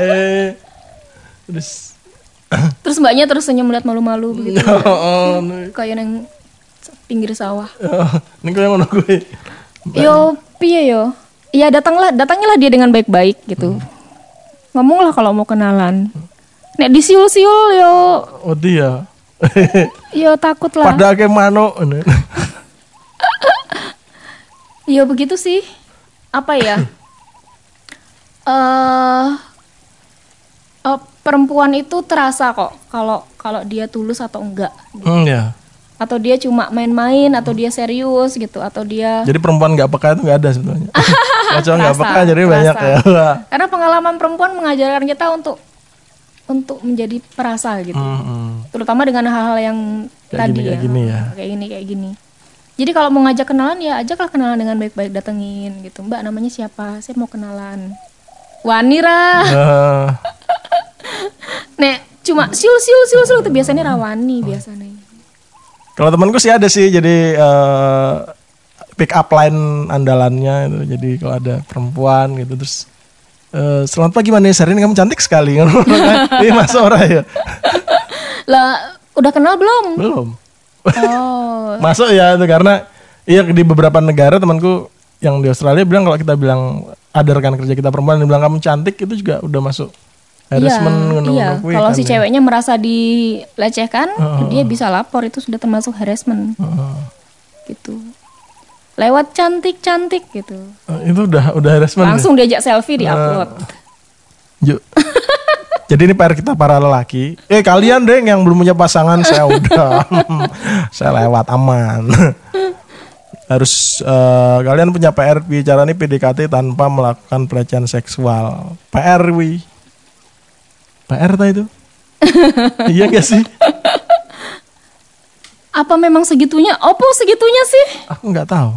terus terus mbaknya terus senyum melihat malu-malu begitu, oh, kayak neng pinggir sawah. Ini kayak ngono gue. Yo, piye yo? Iya datanglah, datangilah dia dengan baik-baik gitu. Hmm. Ngomonglah kalau mau kenalan. Nek disiul-siul yo. Oh dia. Yo takut lah. Pada ke mano. Yo begitu sih. Apa ya? Eh uh, uh, perempuan itu terasa kok kalau kalau dia tulus atau enggak. Gitu. Hmm, ya. Atau dia cuma main-main, atau dia serius gitu, atau dia. Jadi perempuan nggak peka itu nggak ada sebenarnya. Cowok nggak peka jadi terasa. Banyak ya. Karena pengalaman perempuan mengajarkan kita untuk untuk menjadi perasa gitu, mm-hmm. terutama dengan hal-hal yang kayak tadi gini, ya, kayak gini ya, kayak gini kayak gini. Jadi kalau mau ngajak kenalan ya ajaklah kenalan dengan baik-baik, datengin gitu. Mbak namanya siapa? Saya mau kenalan. Wanira. Uh. Nek cuma siul siul siul siul itu biasanya rawani biasanya. Kalau temanku sih ada sih, jadi uh, pick up line andalannya itu. Jadi kalau ada perempuan gitu terus uh, selamat pagi Vanessa, ini kamu cantik sekali. Ini masuk orang ya. Lah udah kenal belum? Belum. Oh. Masuk ya itu karena iya di beberapa negara temanku yang di Australia bilang kalau kita bilang ada rekan kerja kita perempuan yang bilang kamu cantik itu juga udah masuk harassment. Iya, iya. Kalau si ya. Ceweknya merasa dilecehkan, uh, dia bisa lapor, itu sudah termasuk harassment. Uh, gitu. Lewat cantik-cantik gitu. Uh, itu udah udah harassment. Langsung ya? Diajak selfie, di-upload. Uh, Jadi ini P R kita para lelaki. Eh kalian deh yang belum punya pasangan, saya udah saya lewat aman. Harus uh, kalian punya P R bicara nih P D K T tanpa melakukan pelecehan seksual. P R wi. P R ta itu? Iya gak sih? Apa memang segitunya? Opo segitunya sih? Aku nggak tahu.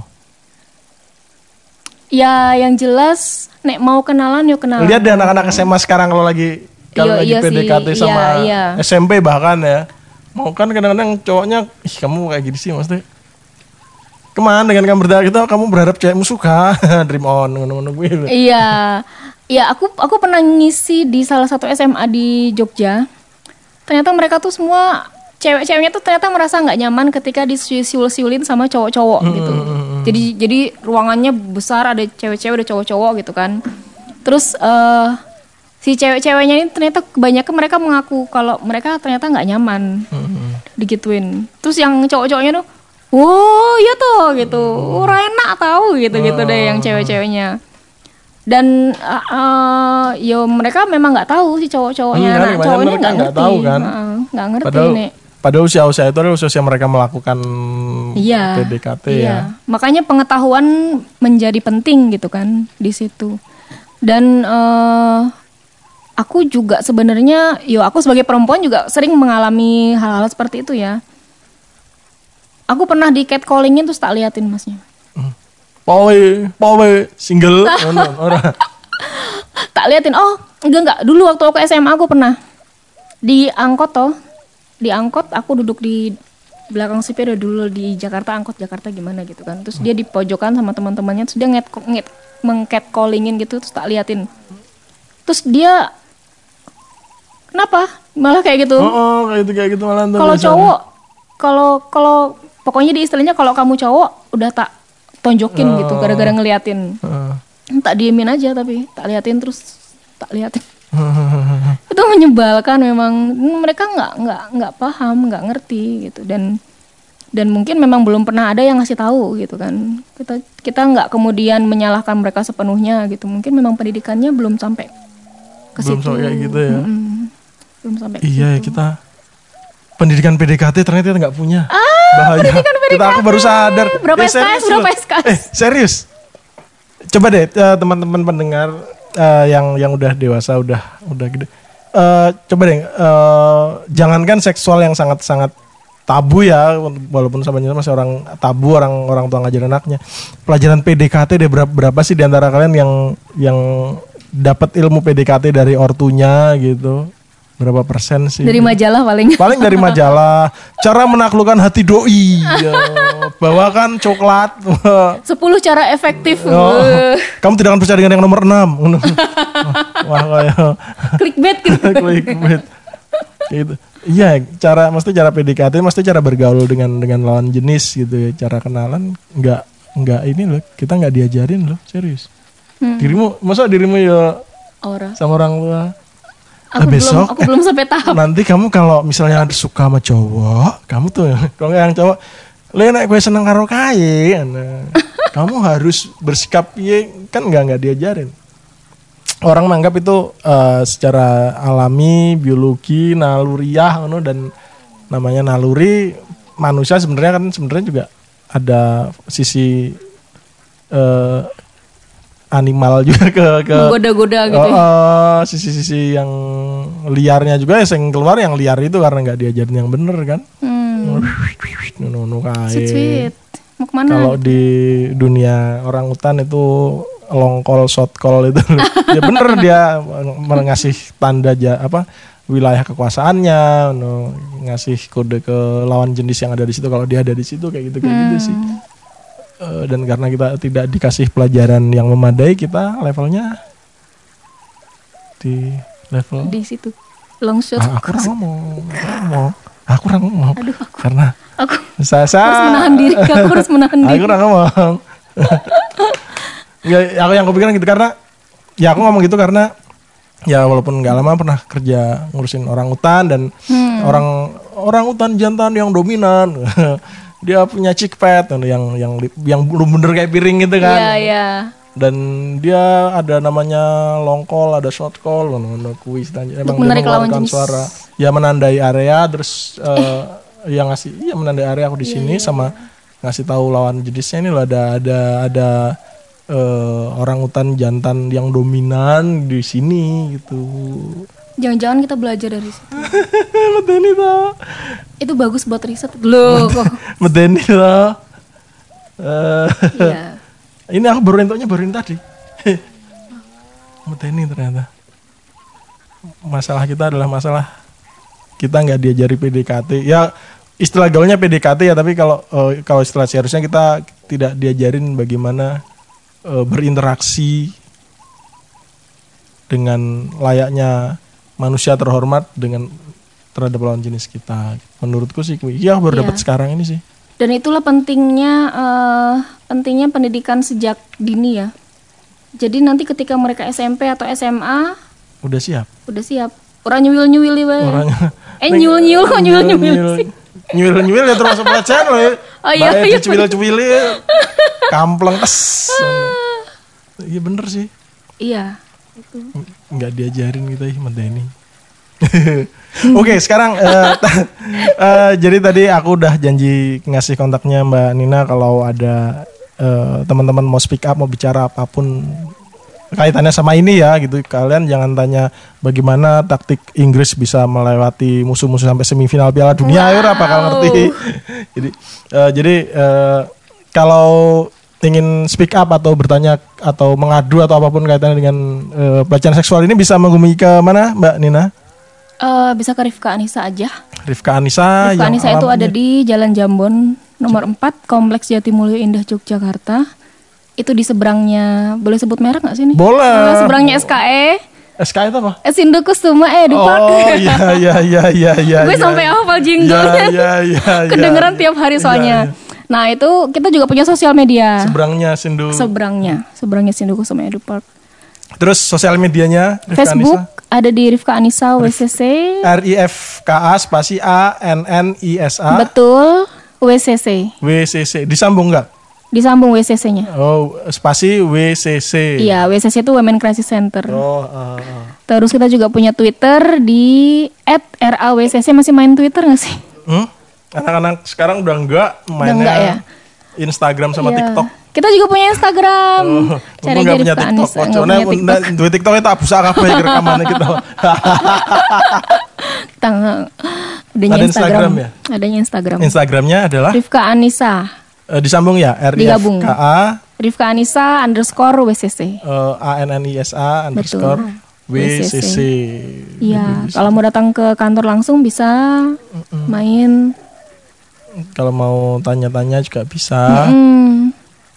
Ya yang jelas, nek mau kenalan yuk kenalan. Lihat deh anak-anak S M A sekarang kalau lagi kalau lagi iya P D K T sih. sama iya, iya. S M P bahkan ya. Mau kan kadang-kadang cowoknya, ih kamu kayak gini sih maksudnya. Kemana dengan kamu berharap gitu, kamu berharap cewekmu suka, dream on, ngono-ngono gitu. Iya. Ya aku aku pernah ngisi di salah satu S M A di Jogja. Ternyata mereka tuh semua cewek-ceweknya tuh ternyata merasa nggak nyaman ketika disiul-siulin sama cowok-cowok hmm, gitu. Jadi jadi ruangannya besar, ada cewek-cewek, ada cowok-cowok gitu kan. Terus uh, si cewek-ceweknya ini ternyata kebanyakan mereka mengaku kalau mereka ternyata nggak nyaman hmm. digituin. Terus yang cowok-cowoknya tuh, wow iya tuh gitu, ora enak tahu gitu-gitu oh. deh yang cewek-ceweknya. Dan uh, uh, yo mereka memang nggak tahu sih cowok-cowoknya, hmm, nah, cowoknya nggak ngerti, tahu kan, nggak uh, ngerti padahal, nih. Pada usia-usia itu adalah usia mereka melakukan iya, P D K T iya. ya. Makanya pengetahuan menjadi penting gitu kan di situ. Dan uh, aku juga sebenarnya, yo aku sebagai perempuan juga sering mengalami hal-hal seperti itu ya. Aku pernah di catcallingin terus tak liatin masnya. Hmm. Pawe, pawe, single, orang. Tak liatin, oh enggak enggak. Dulu waktu aku S M A aku pernah di angkot toh, di angkot aku duduk di belakang supir dulu di Jakarta, angkot Jakarta gimana gitu kan. Terus dia di pojokan sama teman-temannya, terus dia nget nget mengcatcallingin gitu, terus tak liatin. Terus dia kenapa? Malah kayak gitu. Oh, oh kayak gitu kayak gitu malah. Kalau cowok, kalau kalau pokoknya di istilahnya kalau kamu cowok udah tak tonjokin oh. gitu gara-gara ngeliatin. Uh. Tak diemin aja tapi tak liatin terus tak liatin. Itu menyebalkan memang, mereka nggak nggak nggak paham, nggak ngerti gitu, dan dan mungkin memang belum pernah ada yang ngasih tahu gitu kan. Kita kita nggak kemudian menyalahkan mereka sepenuhnya gitu. Mungkin memang pendidikannya belum sampai ke situ. Belum sampai gitu ya. Mm-mm. Belum sampai. Iya ya, kita pendidikan P D K T ternyata nggak punya. Ah Bahaya. Kita aku baru sadar. Berapa eh, S K S? Berapa S K S? Eh serius. Coba deh uh, teman-teman pendengar uh, yang yang udah dewasa, udah udah gede. Uh, coba deh, uh, jangankan seksual yang sangat-sangat tabu ya, walaupun sampai masih orang tabu, orang orang tua ngajarin anaknya. Pelajaran P D K T deh, berapa, berapa sih diantara kalian yang yang dapat ilmu P D K T dari ortunya gitu? Berapa persen sih? Dari majalah paling. Paling dari majalah. Cara menaklukkan hati doi. Ya, bawakan coklat. sepuluh cara efektif. Oh, kamu tidak akan percaya dengan yang nomor enam. Wah, kayak clickbait gitu. clickbait. Gitu. Iya, cara mesti cara P D K T, mesti cara bergaul dengan dengan lawan jenis gitu ya. Cara kenalan enggak enggak ini loh. Kita enggak diajarin loh, serius. Hmm. Dirimu, masa dirimu ya Ora. Sama orang tua. Aku nah, besok, belum, aku belum sampai tahap. Nanti kamu kalau misalnya suka sama cowok, kamu tuh kalau yang cowok, le nek gue seneng karo kae, nah, kamu harus bersikap ya kan nggak nggak diajarin. Orang menganggap itu uh, secara alami, biologi, naluriah, no, dan namanya naluri manusia sebenarnya kan sebenarnya juga ada sisi uh, animal juga ke ke menggoda-goda gitu. Uh, uh, sisi-sisi yang liarnya juga ya, yang keluar yang liar itu karena nggak diajarin yang bener kan. Hmm. no, no, Sweet. Mau kemana? Kalau di dunia orang hutan itu long call, short call itu ya bener dia ngasih tanda aja apa wilayah kekuasaannya, no, ngasih kode ke lawan jenis yang ada di situ kalau dia ada di situ kayak gitu kayak hmm. gitu sih. Uh, dan karena kita tidak dikasih pelajaran yang memadai, kita levelnya di level di situ long shot. Ah, aku kurang ngomong, aku ngomong, aku kurang ngomong. Aduh, aku, karena aku saya, saya harus menahan diri, aku harus menahan diri. Aku kurang ngomong. Ya, aku yang kepikiran gitu karena, ya aku ngomong gitu karena ya walaupun nggak lama pernah kerja ngurusin orang hutan dan hmm. orang orang hutan jantan yang dominan. Dia punya chickpad yang yang yang belum bener kayak piring gitu kan. Iya, iya. Dan dia ada namanya long call, ada short call, no kuis tanya. Emang dia mengeluarkan suara. Ya menandai area terus uh, eh. yang ngasih iya menandai area aku di sini iya, iya, sama iya. Ngasih tahu lawan jenisnya ini loh ada ada ada uh, orang hutan jantan yang dominan di sini gitu. Jangan-jangan kita belajar dari situ. Medeni tau. Itu bagus buat riset loh. Medeni tau. Uh, iya. Ini aku baru entuknya baru ini tadi. Medeni ternyata. Masalah kita adalah masalah kita nggak diajari P D K T. Ya istilah gaulnya P D K T ya, tapi kalau uh, kalau istilah seriusnya kita tidak diajarin bagaimana uh, berinteraksi dengan layaknya manusia terhormat dengan terhadap lawan jenis kita. Menurutku sih, iya baru dapat sekarang ini sih. Dan itulah pentingnya uh, pentingnya pendidikan sejak dini ya. Jadi nanti ketika mereka S M P atau S M A udah siap. Udah siap. Orang nyuwil-nyuwil ya. Orangnya. Eh nyuwil-nyuwil kok nyuwil-nyuwil sih. Nyuwil-nyuwil ya termasuk pelecehan loh ya. Oh iya. Baik dicuwil-cuwili kampleng tes. Iya bener sih. Iya. Itu. Nggak diajarin kita ih medeni. Oke, okay, sekarang uh, uh, jadi tadi aku udah janji ngasih kontaknya Mbak Nina kalau ada uh, teman-teman mau speak up, mau bicara apapun kaitannya sama ini ya gitu. Kalian jangan tanya bagaimana taktik Inggris bisa melewati musuh-musuh sampai semifinal Piala Dunia. Wow. Ayo apa kalian ngerti. jadi uh, jadi uh, kalau ingin speak up atau bertanya atau mengadu atau apapun kaitannya dengan uh, pelecehan seksual ini bisa menghubungi ke mana Mbak Nina? Uh, bisa ke Rifka Anissa aja. Rifka Anissa. Rifka Anissa itu ada di Jalan Jambon nomor empat, Kompleks Jatimulyo Indah Yogyakarta. Itu di seberangnya, boleh sebut merek nggak sih nih? Boleh. Uh, seberangnya S K E. S K E itu apa? Sindu Kusuma Edupark. Oh iya iya iya iya iya. Gue sampai hafal jinglenya. Iya iya iya. Kedengeran tiap hari soalnya. Ya, ya. Nah itu kita juga punya sosial media. Seberangnya Sindu. Seberangnya, seberangnya Sindu Kusuma Edupark. Terus sosial medianya Rifka Facebook Anissa? Ada di Rifka Anissa W C C. R I F K A spasi A N N I S A. Betul, W C C. W C C disambung nggak? Disambung W C C-nya. Oh, spasi W C C. Iya, W C C itu Women Crisis Center. Oh. Uh, uh. Terus kita juga punya Twitter di et R A W C C. Masih main Twitter nggak sih? Hmm? Anak-anak sekarang udah enggak mainnya enggak ya? Instagram sama Iya. TikTok. Kita juga punya Instagram. Oh, Cari untung aja punya Rifka TikTok. Anissa. Nggak Pokoknya punya TikTok. duit TikTok itu abusa apa ya rekamannya gitu. Tang, adanya Ada Instagram. Instagram ya? Adanya Instagram. Instagramnya adalah Rifka Anissa. eh, disambung ya R I F Digabung. K A Rifka Anissa underscore W C C. eh, A N N I S A underscore W C C. Iya, kalau mau datang ke kantor langsung bisa main. Kalau mau tanya-tanya juga bisa. Hmm.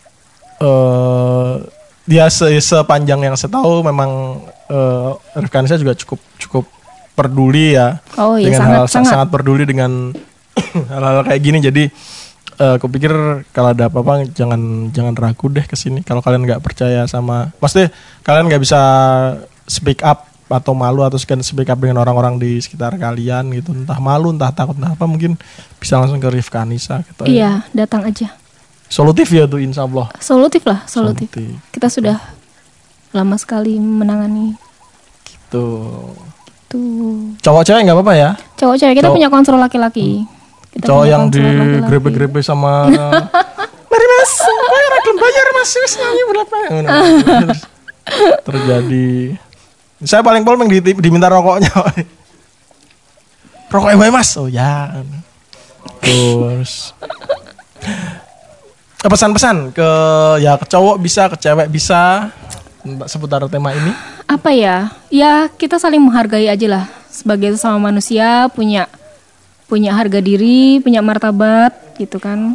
eh dia se sepanjang yang saya tahu memang uh, Rifka Anissa juga cukup cukup peduli ya Oh iya, dengan sangat, hal sangat. sangat peduli dengan hal-hal kayak gini. Jadi uh, aku pikir kalau ada apa-apa jangan jangan ragu deh ke sini. Kalau kalian nggak percaya sama, pasti kalian nggak bisa speak up atau malu atau sekian speak up dengan orang-orang di sekitar kalian gitu. Entah malu, entah takut, entah apa, mungkin bisa langsung ke Rifka Anissa gitu. Iya, datang aja. Solutif ya tuh insya Allah. Solutif lah, solutif. Solutif. Kita sudah lama sekali menangani Gitu. tuh. Cowok cewek nggak apa-apa ya? Cowok cewek kita Cowok- punya konselor laki-laki. Kita Cowok punya yang di konselor laki-laki. grepe-grepe sama mari mas, bayar aku bayar mas, wis nyanyi berapa? Terus terjadi. Saya paling paling di, diminta rokoknya. Rokoknya bae mas, oh ya. Terus pesan-pesan ke ya ke cowok bisa, ke cewek bisa seputar tema ini. Apa ya? Ya kita saling menghargai aja lah. Sebagai sesama manusia punya punya harga diri, punya martabat gitu kan.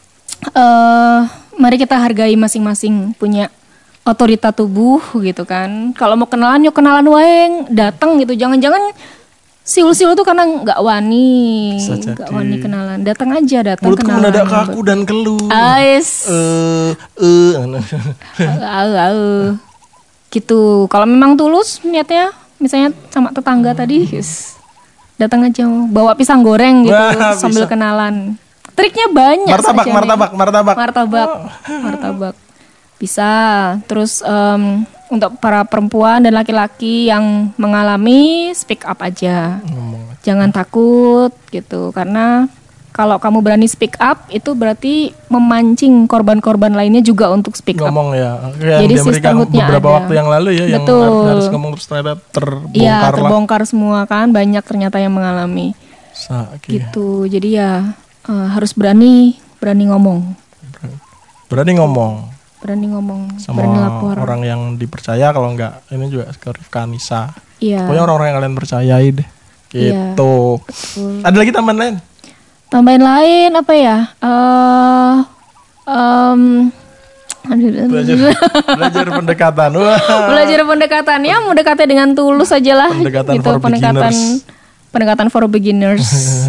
Eh, mari kita hargai masing-masing punya otorita tubuh gitu kan. Kalau mau kenalan yuk kenalan wae, datang gitu. Jangan-jangan siul-siul tuh karena nggak wani, Bisa jadi. nggak wani kenalan. Datang aja, datang Mulutku kenalan. mendadak kaku dan keluh. Ais. Eh eh Au, au. Gitu. Kalau memang tulus niatnya, misalnya sama tetangga tadi, yes, datang aja bawa pisang goreng gitu Wah, sambil bisa. kenalan. Triknya banyak. Martabak, saja nih. martabak, martabak. Martabak, martabak. Bisa. Terus em, untuk para perempuan dan laki-laki yang mengalami, speak up aja. Ngomong. Jangan takut gitu, karena kalau kamu berani speak up itu berarti memancing korban-korban lainnya juga untuk speak up. Ngomong ya. Kayak Jadi di Amerika sisterhood-nya beberapa ada. waktu yang lalu ya yang Betul. harus, harus ngomong terus ternyata terbongkar Iya, lah. terbongkar semua kan, banyak ternyata yang mengalami Sakit. gitu. Jadi ya eh, harus berani, berani ngomong, Berani ngomong berani ngomong, sama berani lapor. orang yang dipercaya, kalau enggak ini juga ke Rifka Anissa. Iya. Pokoknya orang-orang yang kalian percayai deh. Iya, Gitu. betul. Ada lagi tambahan lain? Tambahin lain apa ya? Eh, em, aduh, aduh, Belajar aduh. belajar pendekatan. Wah. Belajar pendekatan ya, mendekati dengan tulus aja lah. Pendekatan gitu, for pendekatan, beginners. pendekatan for beginners.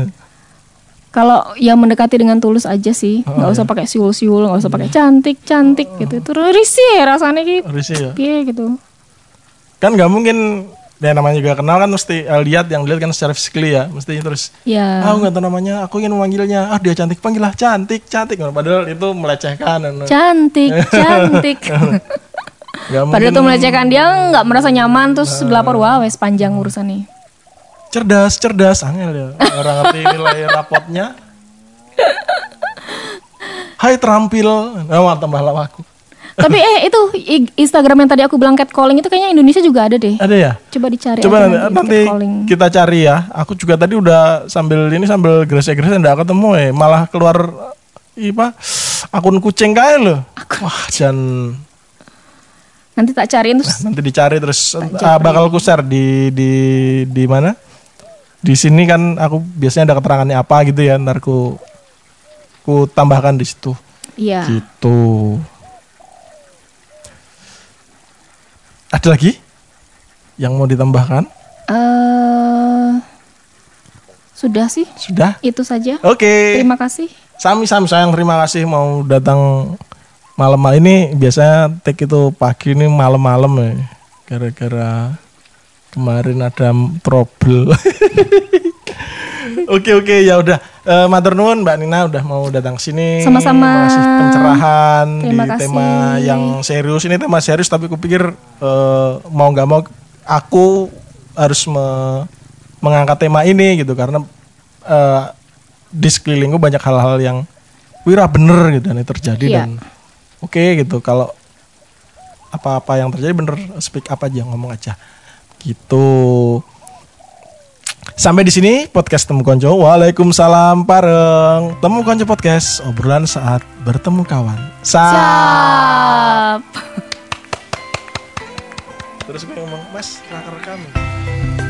Kalau ya mendekati dengan tulus aja sih, Oh, nggak usah iya. pakai siul-siul, nggak usah pakai cantik-cantik gitu. Itu risih rasanya gitu. Risih ya. Piye gitu. Kan nggak mungkin ya namanya juga kenal kan, mesti eh, lihat yang dilihat kan secara physically ya, mesti terus Ya. ah nggak tahu namanya, aku ingin memanggilnya, ah dia cantik, panggillah cantik cantik, padahal itu melecehkan. Cantik, cantik. Nggak Padahal mungkin. tuh melecehkan, dia nggak merasa nyaman terus lapor, wah wes panjang urusan nih. cerdas cerdas angel ya orang ngerti nilai rapotnya. Hai terampil, oh, tambah lah aku. Tapi eh itu i- Instagram yang tadi aku bilang catcalling itu kayaknya Indonesia juga ada deh. Ada ya? Coba dicari Coba aja nanti, nanti, nanti catcalling. kita cari ya. Aku juga tadi udah sambil ini sambil gresek-gresek enggak ketemu eh, malah keluar eh, apa? Akun kucing kayak loh. Wah, dan Nanti tak cariin terus. nanti dicari terus Tak ah, bakal ku share di di di mana? Di sini kan aku biasanya ada keterangannya apa gitu ya, ntar ku ku tambahkan di situ. Iya. Gitu. Ada lagi yang mau ditambahkan? Eh, sudah sih, Sudah? itu saja. Oke. Terima kasih. Sami-sami sayang, terima kasih mau datang malam ini. Biasanya take itu pagi, ini malam-malam ya. Gara-gara kemarin ada trouble. Oke oke ya udah. Eh, matur nuwun Mbak Nina udah mau datang sini. Sama-sama. Masih pencerahan Terima di kasih. tema yang serius. Ini tema serius tapi kupikir eh, mau nggak mau aku harus me- mengangkat tema ini gitu karena eh, di sekelilingku banyak hal-hal yang wira bener gitu dan itu terjadi Iya. dan oke okay, gitu. Kalau apa-apa yang terjadi bener speak up aja, ngomong aja gitu. Sampai di sini podcast Temu Konco. Waalaikumsalam pareng. Temu Konco podcast, obrolan saat bertemu kawan. Siap. Terus gue ngomong, Mas, rekam.